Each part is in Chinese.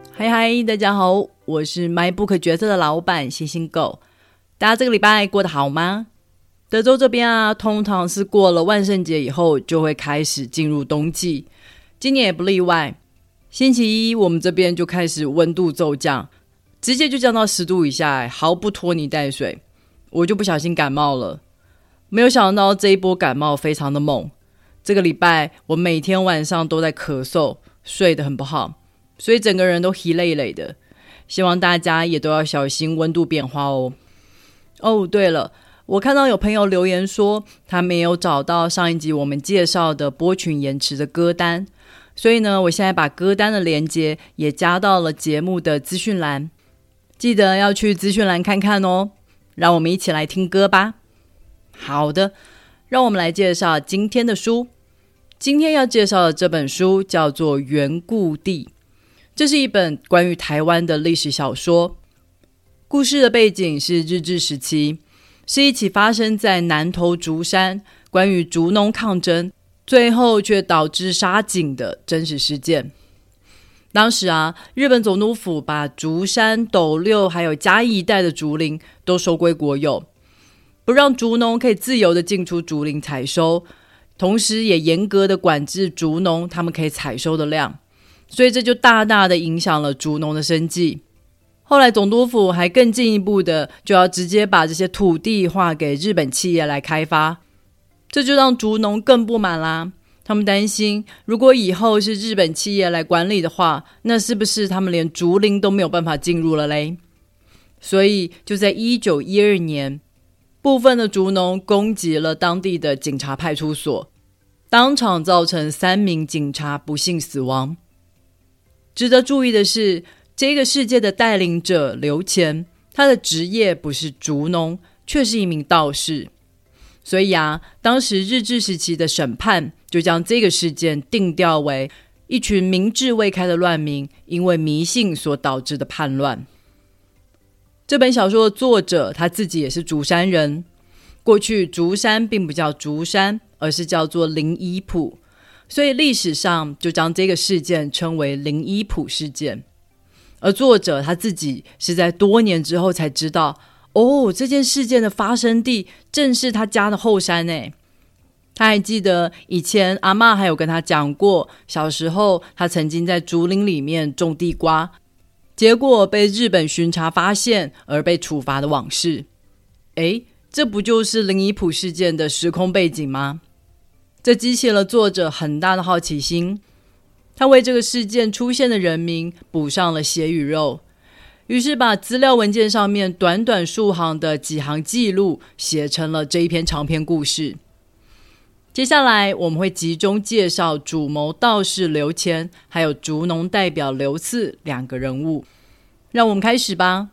嗨嗨，大家好，我是 MyBook 角色的老板星星狗。大家这个礼拜过得好吗？德州这边啊，通常是过了万圣节以后就会开始进入冬季，今年也不例外。星期一我们这边就开始温度骤降，直接就降到10度以下，毫不拖泥带水，我就不小心感冒了。没有想到这一波感冒非常的猛，这个礼拜我每天晚上都在咳嗽，睡得很不好，所以整个人都疲累累的。希望大家也都要小心温度变化哦。哦，对了，我看到有朋友留言说他没有找到上一集我们介绍的波群延迟的歌单，所以呢，我现在把歌单的连结也加到了节目的资讯栏，记得要去资讯栏看看哦。让我们一起来听歌吧。好的，让我们来介绍今天的书。今天要介绍的这本书叫做《原故地》，这是一本关于台湾的历史小说。故事的背景是日治时期，是一起发生在南投竹山关于竹农抗争，最后却导致杀警的真实事件。当时啊，日本总督府把竹山、斗六还有嘉义一带的竹林都收归国有，不让竹农可以自由的进出竹林采收，同时也严格的管制竹农他们可以采收的量，所以这就大大的影响了竹农的生计。后来总督府还更进一步的就要直接把这些土地划给日本企业来开发，这就让竹农更不满啦。他们担心如果以后是日本企业来管理的话，那是不是他们连竹林都没有办法进入了嘞？所以就在1912年，部分的竹农攻击了当地的警察派出所，当场造成3名警察不幸死亡。值得注意的是，这个事件的带领者刘乾，他的职业不是竹农，却是一名道士。所以啊，当时日治时期的审判就将这个事件定调为一群民智未开的乱民因为迷信所导致的叛乱。这本小说的作者他自己也是竹山人，过去竹山并不叫竹山，而是叫做林依埔，所以历史上就将这个事件称为林依埔事件。而作者他自己是在多年之后才知道，这件事件的发生地正是他家的后山耶。他还记得以前阿嬷还有跟他讲过，小时候他曾经在竹林里面种地瓜，结果被日本巡查发现而被处罚的往事。这不就是林依埔事件的时空背景吗？这激起了作者很大的好奇心，他为这个事件出现的人名补上了血与肉，于是把资料文件上面短短数行的几行记录写成了这一篇长篇故事。接下来我们会集中介绍主谋道士刘乾还有竹农代表刘次2个人物。让我们开始吧。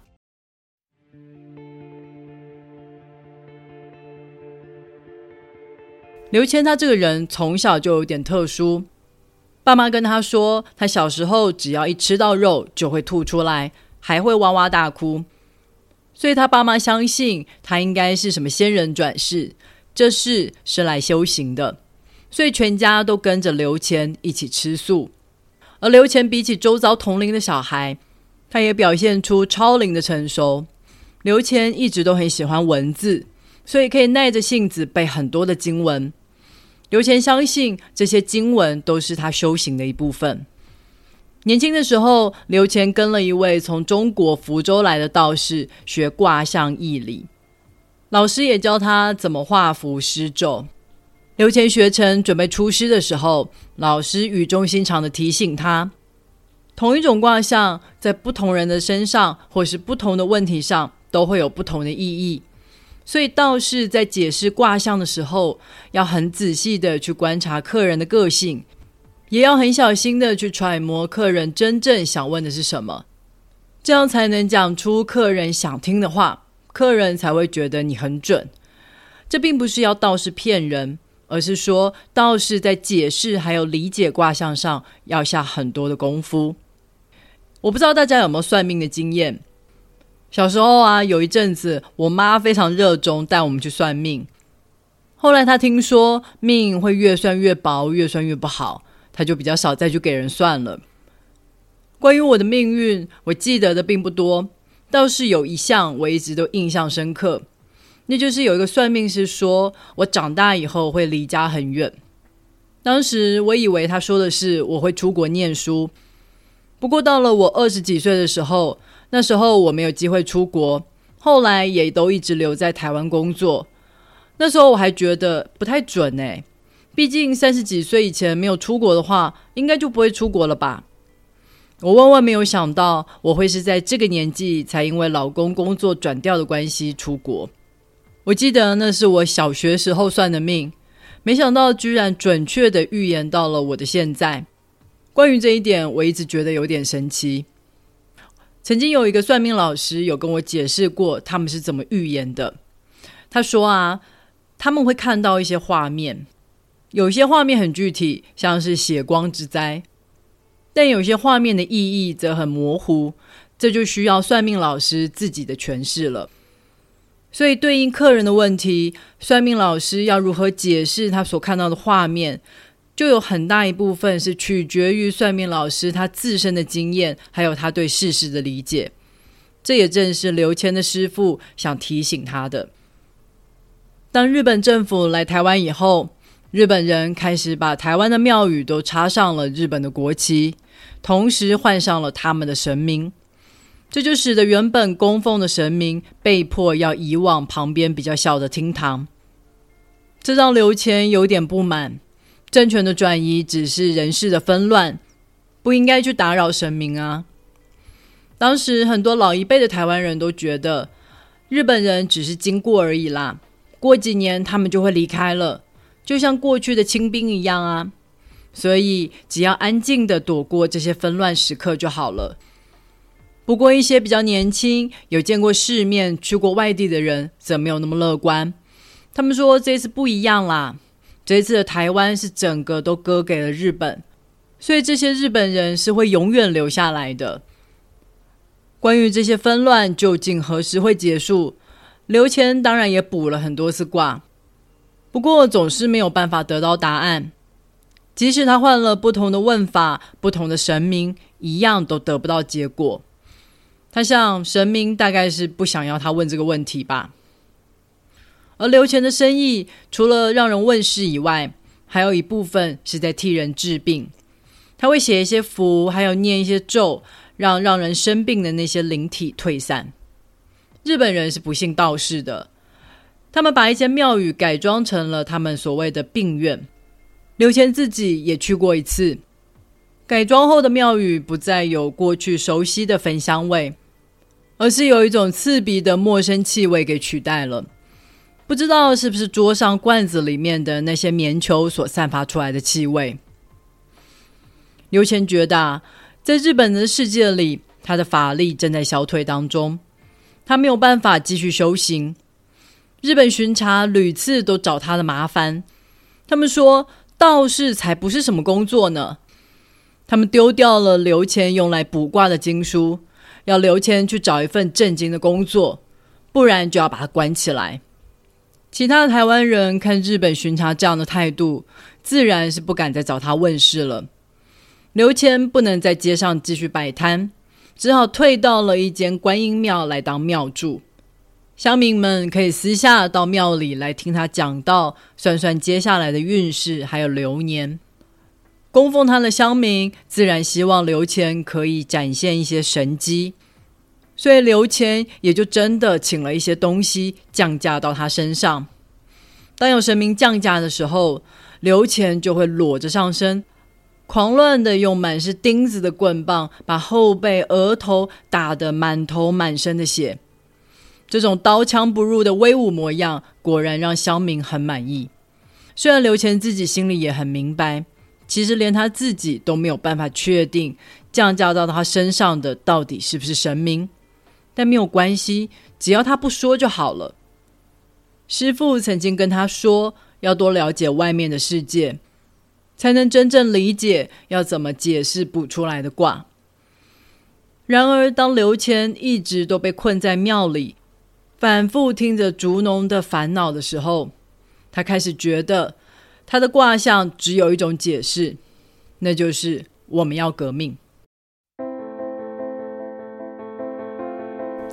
刘乾他这个人从小就有点特殊，爸妈跟他说他小时候只要一吃到肉就会吐出来，还会哇哇大哭，所以他爸妈相信他应该是什么仙人转世，这事是来修行的，所以全家都跟着刘乾一起吃素。而刘乾比起周遭同龄的小孩，他也表现出超龄的成熟。刘乾一直都很喜欢文字，所以可以耐着性子背很多的经文。刘乾相信这些经文都是他修行的一部分。年轻的时候，刘乾跟了一位从中国福州来的道士学卦象易理，老师也教他怎么画符施咒。刘乾学成准备出师的时候，老师语重心长地提醒他，同一种卦象在不同人的身上或是不同的问题上都会有不同的意义，所以道士在解释卦象的时候要很仔细的去观察客人的个性，也要很小心的去揣摩客人真正想问的是什么，这样才能讲出客人想听的话，客人才会觉得你很准。这并不是要道士骗人，而是说道士在解释还有理解卦象上要下很多的功夫。我不知道大家有没有算命的经验，小时候啊，有一阵子我妈非常热衷带我们去算命，后来她听说命会越算越薄，越算越不好，她就比较少再去给人算了。 关于我的命运，我记得的并不多，倒是有一项我一直都印象深刻，那就是有一个算命师说我长大以后会离家很远。当时我以为他说的是我会出国念书，不过到了我20几岁的时候，那时候我没有机会出国，后来也都一直留在台湾工作。那时候我还觉得不太准欸，毕竟30几岁以前没有出国的话，应该就不会出国了吧。我万万没有想到我会是在这个年纪才因为老公工作转调的关系出国。我记得那是我小学时候算的命，没想到居然准确的预言到了我的现在。关于这一点，我一直觉得有点神奇。曾经有一个算命老师有跟我解释过他们是怎么预言的。他说他们会看到一些画面，有些画面很具体，像是血光之灾，但有些画面的意义则很模糊，这就需要算命老师自己的诠释了。所以对应客人的问题，算命老师要如何解释他所看到的画面，就有很大一部分是取决于算命老师他自身的经验，还有他对事实的理解。这也正是刘谦的师父想提醒他的。当日本政府来台湾以后，日本人开始把台湾的庙宇都插上了日本的国旗，同时换上了他们的神明，这就使得原本供奉的神明被迫要移往旁边比较小的厅堂。这让刘谦有点不满，政权的转移只是人事的纷乱，不应该去打扰神明啊。当时很多老一辈的台湾人都觉得日本人只是经过而已啦，过几年他们就会离开了，就像过去的清兵一样啊，所以只要安静的躲过这些纷乱时刻就好了。不过一些比较年轻，有见过世面，去过外地的人则没有那么乐观。他们说这次不一样啦，这一次的台湾是整个都割给了日本，所以这些日本人是会永远留下来的。关于这些纷乱究竟何时会结束，刘谦当然也卜了很多次卦，不过总是没有办法得到答案。即使他换了不同的问法，不同的神明，一样都得不到结果。他想神明大概是不想要他问这个问题吧。而刘谦的生意除了让人问事以外，还有一部分是在替人治病。他会写一些符，还有念一些咒，让人生病的那些灵体退散。日本人是不信道士的，他们把一些庙宇改装成了他们所谓的病院。刘谦自己也去过一次，改装后的庙宇不再有过去熟悉的焚香味，而是有一种刺鼻的陌生气味给取代了。不知道是不是桌上罐子里面的那些棉球所散发出来的气味。刘谦觉得在日本的世界里，他的法力正在消退当中，他没有办法继续修行。日本巡查屡次都找他的麻烦，他们说道士才不是什么工作呢。他们丢掉了刘谦用来卜卦的经书，要刘谦去找一份正经的工作，不然就要把他关起来。其他的台湾人看日本巡查这样的态度，自然是不敢再找他问事了。刘谦不能在街上继续摆摊，只好退到了一间观音庙来当庙祝。乡民们可以私下到庙里来听他讲道，算算接下来的运势还有流年。供奉他的乡民自然希望刘谦可以展现一些神迹，所以刘谦也就真的请了一些东西降价到他身上。当有神明降价的时候，刘谦就会裸着上身，狂乱的用满是钉子的棍棒把后背额头打得满头满身的血。这种刀枪不入的威武模样果然让乡民很满意。虽然刘谦自己心里也很明白，其实连他自己都没有办法确定降价到他身上的到底是不是神明，但没有关系，只要他不说就好了。师父曾经跟他说，要多了解外面的世界，才能真正理解要怎么解释卜出来的卦。然而当刘谦一直都被困在庙里，反复听着竹农的烦恼的时候，他开始觉得他的卦象只有一种解释，那就是我们要革命。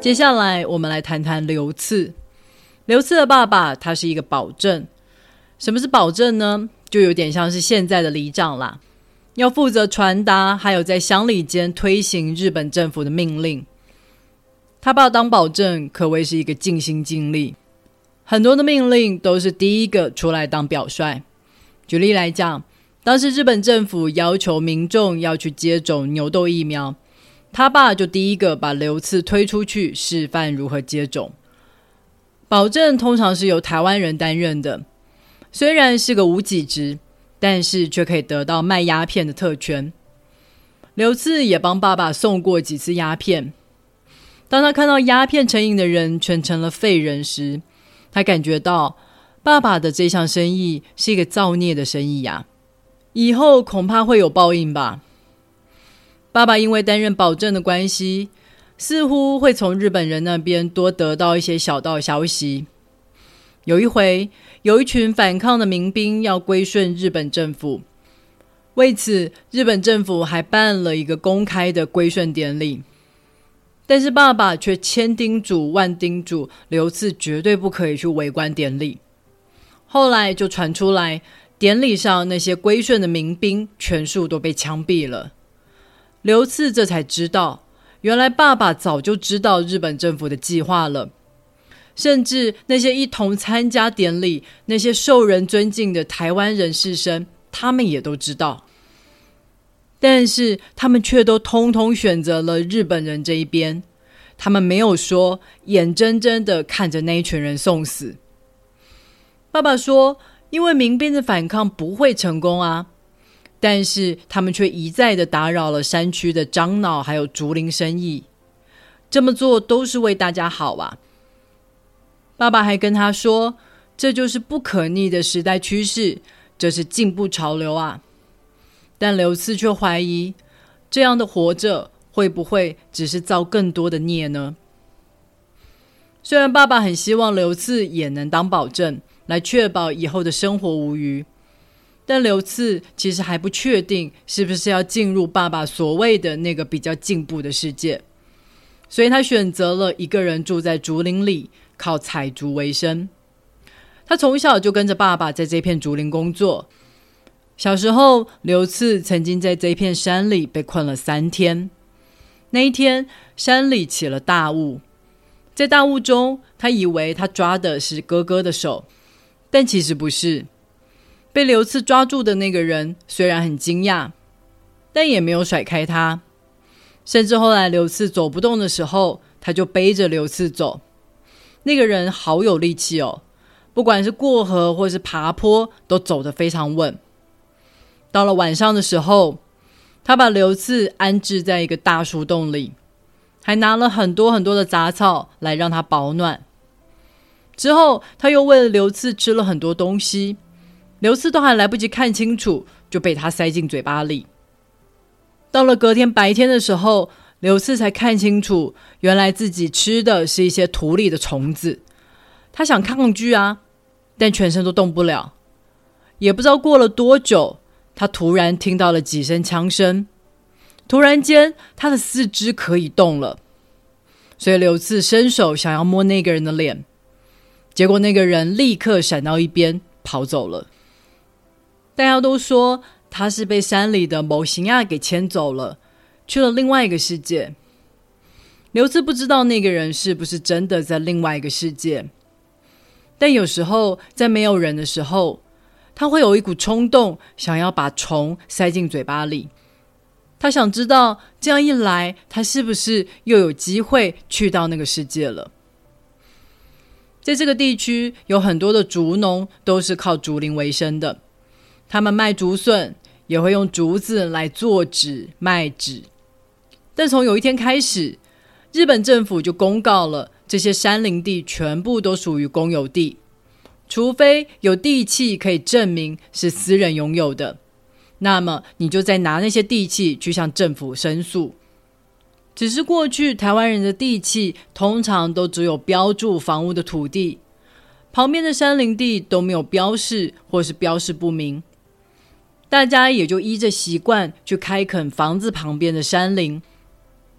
接下来我们来谈谈刘赐。刘赐的爸爸他是一个保正。什么是保正呢？就有点像是现在的里长啦，要负责传达还有在乡里间推行日本政府的命令。他爸当保正可谓是一个尽心尽力，很多的命令都是第一个出来当表率。举例来讲，当时日本政府要求民众要去接种牛痘疫苗，他爸就第一个把刘赐推出去示范如何接种。保正通常是由台湾人担任的，虽然是个无给职，但是却可以得到卖鸦片的特权。刘赐也帮爸爸送过几次鸦片。当他看到鸦片成瘾的人全成了废人时，他感觉到爸爸的这项生意是一个造孽的生意啊，以后恐怕会有报应吧。爸爸因为担任保正的关系，似乎会从日本人那边多得到一些小道消息。有一回，有一群反抗的民兵要归顺日本政府，为此日本政府还办了一个公开的归顺典礼。但是爸爸却千叮嘱万叮嘱刘赐绝对不可以去围观典礼。后来就传出来，典礼上那些归顺的民兵全数都被枪毙了。刘赐这才知道，原来爸爸早就知道日本政府的计划了，甚至那些一同参加典礼、那些受人尊敬的台湾人士绅，他们也都知道。但是他们却都通通选择了日本人这一边，他们没有说眼睁睁的看着那一群人送死。爸爸说，因为民兵的反抗不会成功啊，但是他们却一再的打扰了山区的樟脑还有竹林生意，这么做都是为大家好啊。爸爸还跟他说，这就是不可逆的时代趋势，这是进步潮流啊。但刘赐却怀疑，这样的活着会不会只是造更多的孽呢？虽然爸爸很希望刘赐也能当保正，来确保以后的生活无虞，但刘赐其实还不确定是不是要进入爸爸所谓的那个比较进步的世界，所以他选择了一个人住在竹林里，靠采竹为生。他从小就跟着爸爸在这片竹林工作。小时候，刘赐曾经在这片山里被困了3天。那一天，山里起了大雾，在大雾中，他以为他抓的是哥哥的手，但其实不是。被刘赐抓住的那个人虽然很惊讶，但也没有甩开他。甚至后来刘赐走不动的时候，他就背着刘赐走。那个人好有力气哦，不管是过河或是爬坡，都走得非常稳。到了晚上的时候，他把刘赐安置在一个大树洞里，还拿了很多很多的杂草来让他保暖。之后他又为了刘赐吃了很多东西，刘赐都还来不及看清楚，就被他塞进嘴巴里。到了隔天白天的时候，刘赐才看清楚，原来自己吃的是一些土里的虫子。他想抗拒啊，但全身都动不了。也不知道过了多久，他突然听到了几声枪声，突然间他的四肢可以动了，所以刘赐伸手想要摸那个人的脸，结果那个人立刻闪到一边跑走了。大家都说他是被山里的某型亚给牵走了，去了另外一个世界。刘赐不知道那个人是不是真的在另外一个世界，但有时候在没有人的时候，他会有一股冲动，想要把虫塞进嘴巴里。他想知道这样一来，他是不是又有机会去到那个世界了。在这个地区有很多的竹农都是靠竹林为生的，他们卖竹笋，也会用竹子来做纸卖纸。但从有一天开始，日本政府就公告了，这些山林地全部都属于公有地，除非有地契可以证明是私人拥有的，那么你就再拿那些地契去向政府申诉。只是过去台湾人的地契通常都只有标注房屋的土地，旁边的山林地都没有标示或是标示不明，大家也就依着习惯去开垦房子旁边的山林。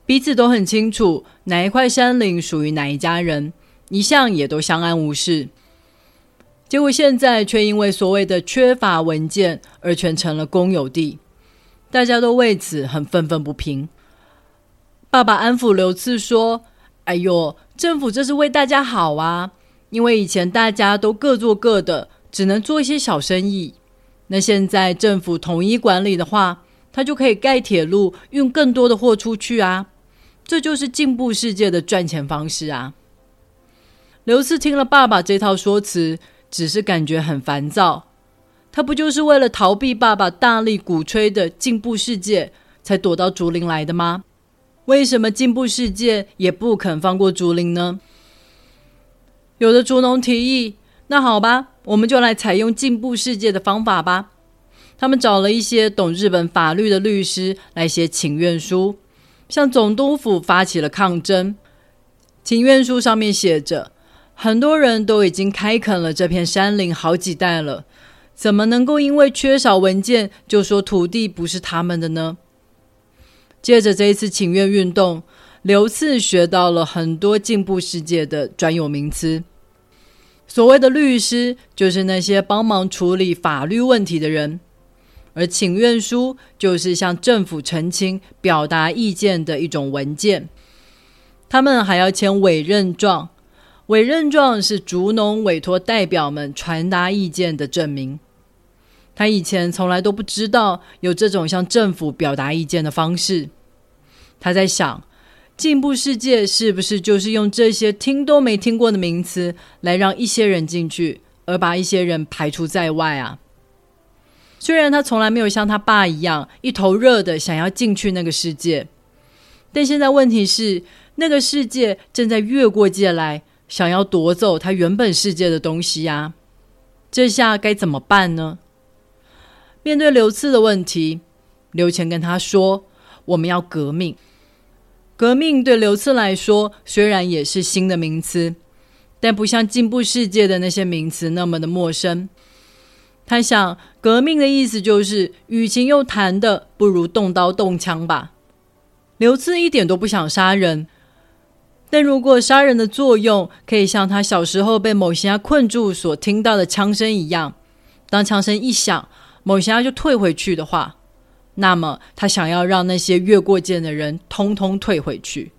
彼此都很清楚哪一块山林属于哪一家人，一向也都相安无事。结果现在却因为所谓的缺乏文件而全成了公有地，大家都为此很愤愤不平。爸爸安抚刘次说，哎呦，政府这是为大家好啊，因为以前大家都各做各的，只能做一些小生意，那现在政府统一管理的话，他就可以盖铁路，运更多的货出去啊，这就是进步世界的赚钱方式啊。刘次听了爸爸这套说辞，只是感觉很烦躁。他不就是为了逃避爸爸大力鼓吹的进步世界，才躲到竹林来的吗？为什么进步世界也不肯放过竹林呢？有的竹农提议，那好吧，我们就来采用进步世界的方法吧。他们找了一些懂日本法律的律师来写请愿书，向总督府发起了抗争。请愿书上面写着，很多人都已经开垦了这片山林好几代了，怎么能够因为缺少文件就说土地不是他们的呢？接着这一次请愿运动，刘次学到了很多进步世界的专有名词。所谓的律师，就是那些帮忙处理法律问题的人，而请愿书就是向政府澄清、表达意见的一种文件。他们还要签委任状，委任状是竹农委托代表们传达意见的证明。他以前从来都不知道有这种向政府表达意见的方式。他在想，进步世界是不是就是用这些听都没听过的名词来让一些人进去，而把一些人排除在外啊？虽然他从来没有像他爸一样一头热的想要进去那个世界，但现在问题是，那个世界正在越过界来，想要夺走他原本世界的东西啊。这下该怎么办呢？面对刘次的问题，刘乾跟他说，我们要革命。革命对刘次来说虽然也是新的名词，但不像进步世界的那些名词那么的陌生。他想，革命的意思就是与其用谈的，不如动刀动枪吧。刘次一点都不想杀人，但如果杀人的作用可以像他小时候被某些困住所听到的枪声一样，当枪声一响，某些就退回去的话，那么他想要让那些越过界的人通通退回去。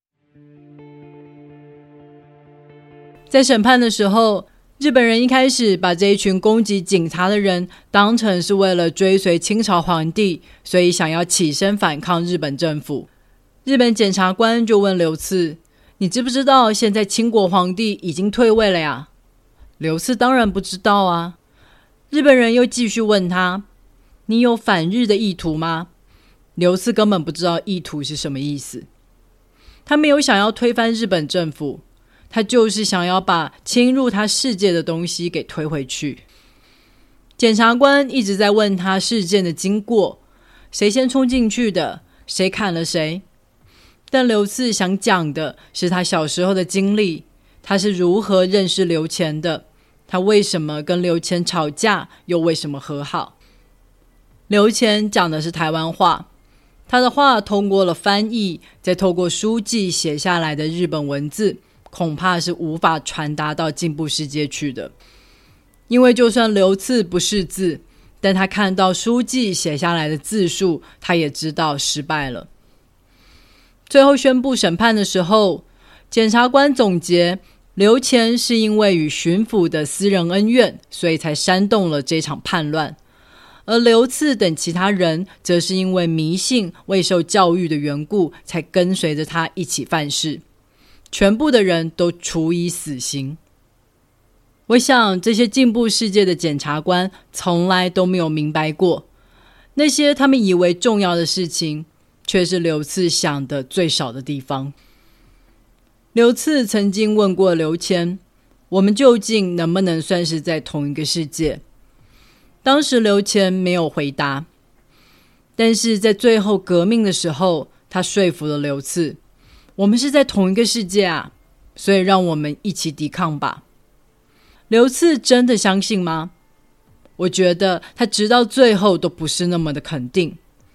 在审判的时候，日本人一开始把这一群攻击警察的人当成是为了追随清朝皇帝，所以想要起身反抗日本政府。日本检察官就问刘次，你知不知道现在清国皇帝已经退位了呀？刘次当然不知道啊。日本人又继续问他，你有反日的意图吗？刘次根本不知道意图是什么意思。他没有想要推翻日本政府，他就是想要把侵入他世界的东西给推回去。检察官一直在问他事件的经过，谁先冲进去的，谁砍了谁。但刘次想讲的是他小时候的经历，他是如何认识刘乾的，他为什么跟刘乾吵架，又为什么和好。刘乾讲的是台湾话，他的话通过了翻译，再透过书记写下来的日本文字，恐怕是无法传达到进步世界去的。因为就算刘次不识字，但他看到书记写下来的字数，他也知道失败了。最后宣布审判的时候，检察官总结，刘乾是因为与巡抚的私人恩怨，所以才煽动了这场叛乱。而刘次等其他人则是因为迷信、未受教育的缘故，才跟随着他一起犯事。全部的人都处以死刑。我想这些进步世界的检察官从来都没有明白过，那些他们以为重要的事情，却是刘次想的最少的地方。刘次曾经问过刘乾，我们究竟能不能算是在同一个世界？当时刘乾没有回答，但是在最后革命的时候，他说服了刘次，我们是在同一个世界啊，所以让我们一起抵抗吧。刘次真的相信吗？我觉得他直到最后都不是那么的肯定。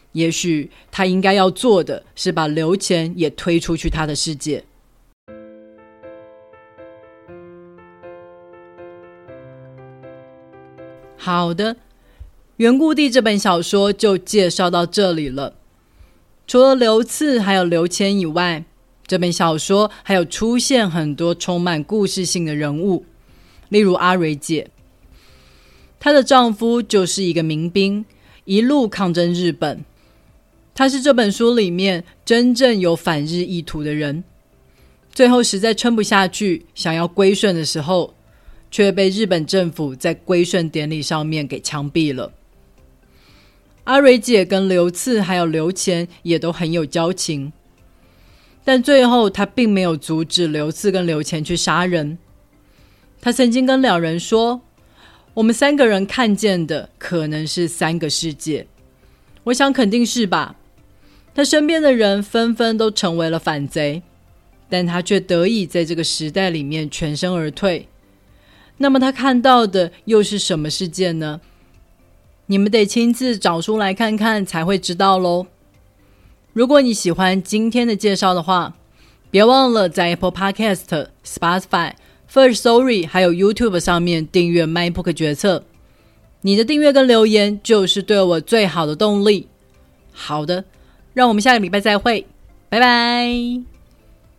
也许他应该要做的是把刘乾也推出去他的世界。好的，缘故地这本小说就介绍到这里了。除了刘赐还有刘谦以外，这本小说还有出现很多充满故事性的人物，例如阿蕊姐，她的丈夫就是一个民兵，一路抗争日本。他是这本书里面真正有反日意图的人，最后实在撑不下去，想要归顺的时候，却被日本政府在归顺典礼上面给枪毙了。阿蕊姐跟刘赐还有刘乾也都很有交情，但最后他并没有阻止刘赐跟刘乾去杀人。他曾经跟两人说，我们3个人看见的可能是3个世界。我想肯定是吧。他身边的人纷纷都成为了反贼，但他却得以在这个时代里面全身而退。那么他看到的又是什么世界呢？你们得亲自找书来看看才会知道咯。如果你喜欢今天的介绍的话，别忘了在 Apple Podcast、Spotify、Firstory 还有 YouTube 上面订阅 MyBook 决策。你的订阅跟留言就是对我最好的动力。好的，让我们下个礼拜再会，拜拜。